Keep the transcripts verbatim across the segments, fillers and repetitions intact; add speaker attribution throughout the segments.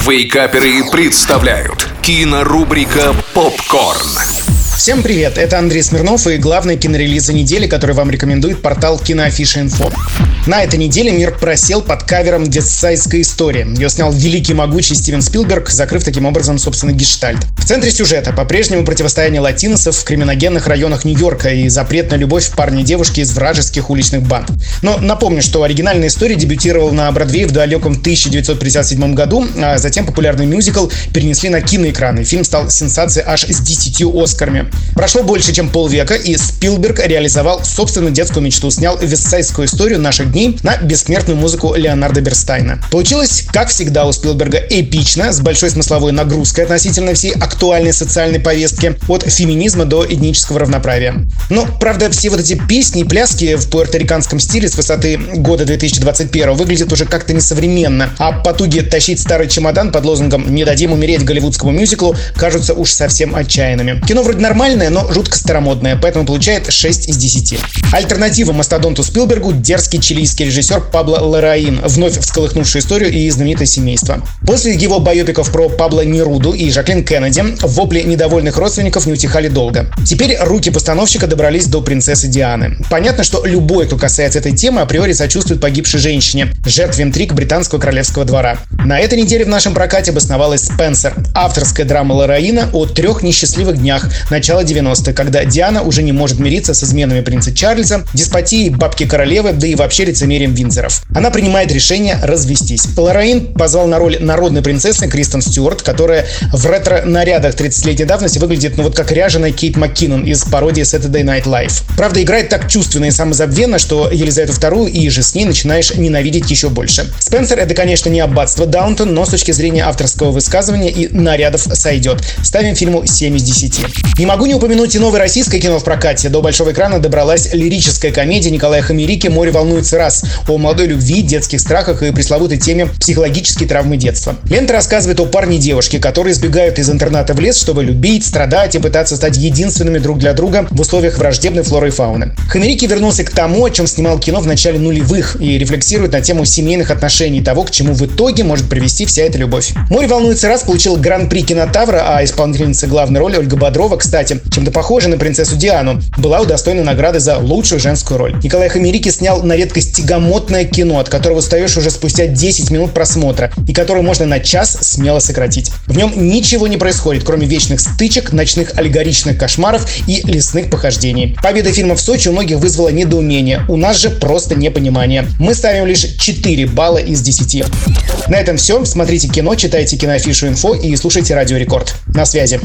Speaker 1: Вейкаперы представляют кинорубрика «Попкорн».
Speaker 2: Всем привет, это Андрей Смирнов и главный кинорелиз за неделю, который вам рекомендует портал Киноафиша.инфо. На этой неделе мир просел под кавером «Вестсайдской истории». Ее снял великий могучий Стивен Спилберг, закрыв таким образом собственный гештальт. В центре сюжета по-прежнему противостояние латиносов в криминогенных районах Нью-Йорка и запретная любовь парня и девушки из вражеских уличных банд. Но напомню, что оригинальная история дебютировала на Бродвее в далеком тысяча девятьсот пятьдесят седьмом году, а затем популярный мюзикл перенесли на киноэкраны. Фильм стал сенсацией аж с десятью Оскарами. Прошло больше, чем полвека, и Спилберг реализовал собственную детскую мечту. Снял «Вестсайдскую историю» наших дней на бессмертную музыку Леонарда Бернстайна. Получилось, как всегда у Спилберга, эпично, с большой смысловой нагрузкой относительно всей актуальной социальной повестки, от феминизма до этнического равноправия. Но, правда, все вот эти песни и пляски в пуэрториканском стиле с высоты года две тысячи двадцать первого выглядят уже как-то несовременно, а потуги тащить старый чемодан под лозунгом «Не дадим умереть голливудскому мюзиклу» кажутся уж совсем отчаянными. Кино вроде нормальное, но жутко старомодное, поэтому получает шесть из десяти. Альтернатива мастодонту Спилбергу — дерзкий чилийский режиссер Пабло Ларраин, вновь всколыхнувший историю и знаменитое семейство. После его байопиков про Пабло Неруду и Жаклин Кеннеди вопли недовольных родственников не утихали долго. Теперь руки постановщика добрались до принцессы Дианы. Понятно, что любой, кто касается этой темы, априори сочувствует погибшей женщине, жертве интриг британского королевского двора. На этой неделе в нашем прокате обосновалась «Спенсер», авторская драма Ларраина о трех несчастливых днях начала девяностых, когда Диана уже не может мириться с изменами принца Чарльза, деспотией бабки-королевы, да и вообще лицемерием Виндзоров. Она принимает решение развестись. Ларраин позвал на роль народной принцессы Кристен Стюарт, которая в ретро-нарядах тридцатилетней давности выглядит, ну вот как ряженая Кейт МакКиннон из пародии Saturday Night Live. Правда, играет так чувственно и самозабвенно, что Елизавету вторую и же с ней начинаешь ненавидеть еще больше. «Спенсер» — это, конечно, не аббатство Даунтон, но с точки зрения авторского высказывания и нарядов сойдет. Ставим фильму семь из десяти. Не могу не упомянуть и новое российское кино в прокате. До большого экрана добралась лирическая комедия Николая Хамерики «Море волнуется раз» о молодой любви, детских страхах и пресловутой теме психологические травмы детства. Лента рассказывает о парне и девушке, которые сбегают из интерната в лес, чтобы любить, страдать и пытаться стать единственными друг для друга в условиях враждебной флоры и фауны. Хамерики вернулся к тому, о чем снимал кино в начале нулевых, и рефлексирует на тему семейных отношений и того, к чему в итоге может привести вся эта любовь. «Море волнуется раз» получил гран-при Кинотавра, а исполнительница главной роли Ольга Бодрова, кстати, чем-то похожа на принцессу Диану, была удостоена награды за лучшую женскую роль. Николай Хамерики снял на редкость тягомотное кино, от которого устаешь уже спустя десять минут просмотра, и которое можно на час смело сократить. В нем ничего не происходит, кроме вечных стычек, ночных аллегоричных кошмаров и лесных похождений. Победа фильма в Сочи у многих вызвала недоумение, у нас же просто непонимание. Мы ставим лишь четыре балла из десяти. На этом все. Смотрите кино, читайте Киноафишу.инфо и слушайте Радио Рекорд. На связи.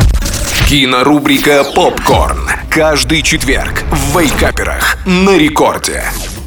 Speaker 1: Кинорубрика «Попкорн». Каждый четверг в Вейкаперах на Рекорде.